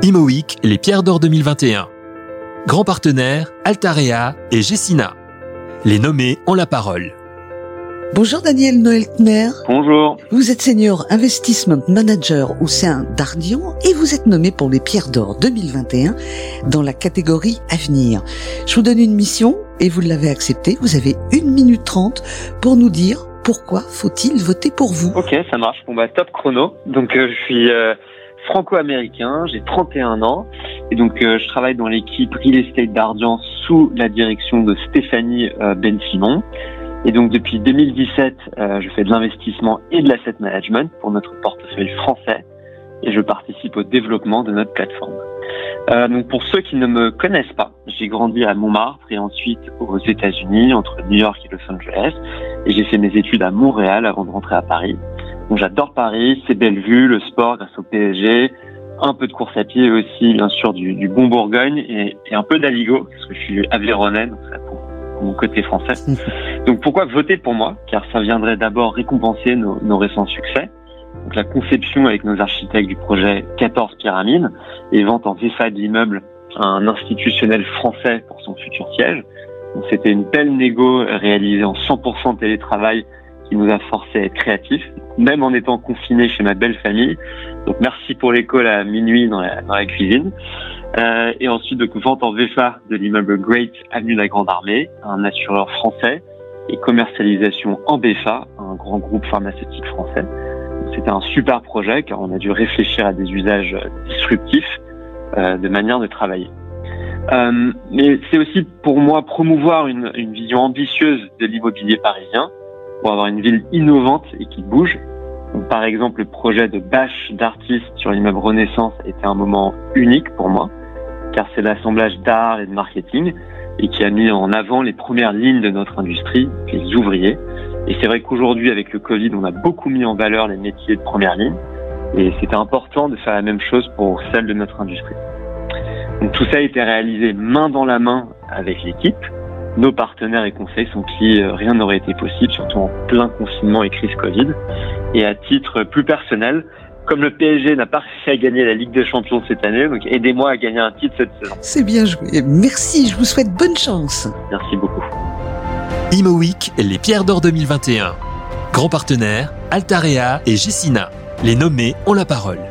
Imo Week, les Pierres d'Or 2021. Grand partenaire, Altarea et Gessina. Les nommés ont la parole. Bonjour Daniel Noeltner. Bonjour. Vous êtes Senior Investment Manager au sein d'Ardian et vous êtes nommé pour les Pierres d'Or 2021 dans la catégorie Avenir. Je vous donne une mission et vous l'avez acceptée. Vous avez 1 minute 30 pour nous dire pourquoi faut-il voter pour vous. Ok, ça marche. Top chrono. Donc je suis franco-américain, j'ai 31 ans et donc je travaille dans l'équipe Real Estate d'Ardian sous la direction de Stéphanie Ben-Simon. Et donc depuis 2017, je fais de l'investissement et de l'asset management pour notre portefeuille français et je participe au développement de notre plateforme. Donc pour ceux qui ne me connaissent pas, j'ai grandi à Montmartre et ensuite aux États-Unis, entre New York et Los Angeles, et j'ai fait mes études à Montréal avant de rentrer à Paris. Donc j'adore Paris, ses belles vues, le sport grâce au PSG, un peu de course à pied aussi, bien sûr du bon Bourgogne et un peu d'Aligo, parce que je suis aveyronais, donc ça pour mon côté français. Donc pourquoi voter pour moi? Car ça viendrait d'abord récompenser nos récents succès. Donc la conception avec nos architectes du projet 14 Pyramides et vente en VFA de l'immeuble à un institutionnel français pour son futur siège. Donc c'était une belle négo réalisée en 100% télétravail qui nous a forcé à être créatifs, même en étant confinés chez ma belle famille. Donc merci pour l'école à minuit dans la cuisine. Et ensuite donc vente en VFA de l'immeuble Great Avenue de la Grande Armée, un assureur français, et commercialisation en BFA, un grand groupe pharmaceutique français. C'était un super projet car on a dû réfléchir à des usages disruptifs de manière de travailler. Mais c'est aussi pour moi promouvoir une vision ambitieuse de l'immobilier parisien pour avoir une ville innovante et qui bouge. Donc, par exemple, le projet de bâche d'artistes sur l'immeuble Renaissance était un moment unique pour moi car c'est l'assemblage d'art et de marketing et qui a mis en avant les premières lignes de notre industrie, les ouvriers. Et c'est vrai qu'aujourd'hui, avec le Covid, on a beaucoup mis en valeur les métiers de première ligne. Et c'était important de faire la même chose pour celle de notre industrie. Donc tout ça a été réalisé main dans la main avec l'équipe, nos partenaires et conseils sans qui rien n'aurait été possible, surtout en plein confinement et crise Covid. Et à titre plus personnel, comme le PSG n'a pas réussi à gagner la Ligue des Champions cette année, donc aidez-moi à gagner un titre cette saison. C'est bien joué. Merci, je vous souhaite bonne chance. Merci beaucoup. Imo Week, les Pierres d'Or 2021. Grand partenaire, Altarea et Gessina. Les nommés ont la parole.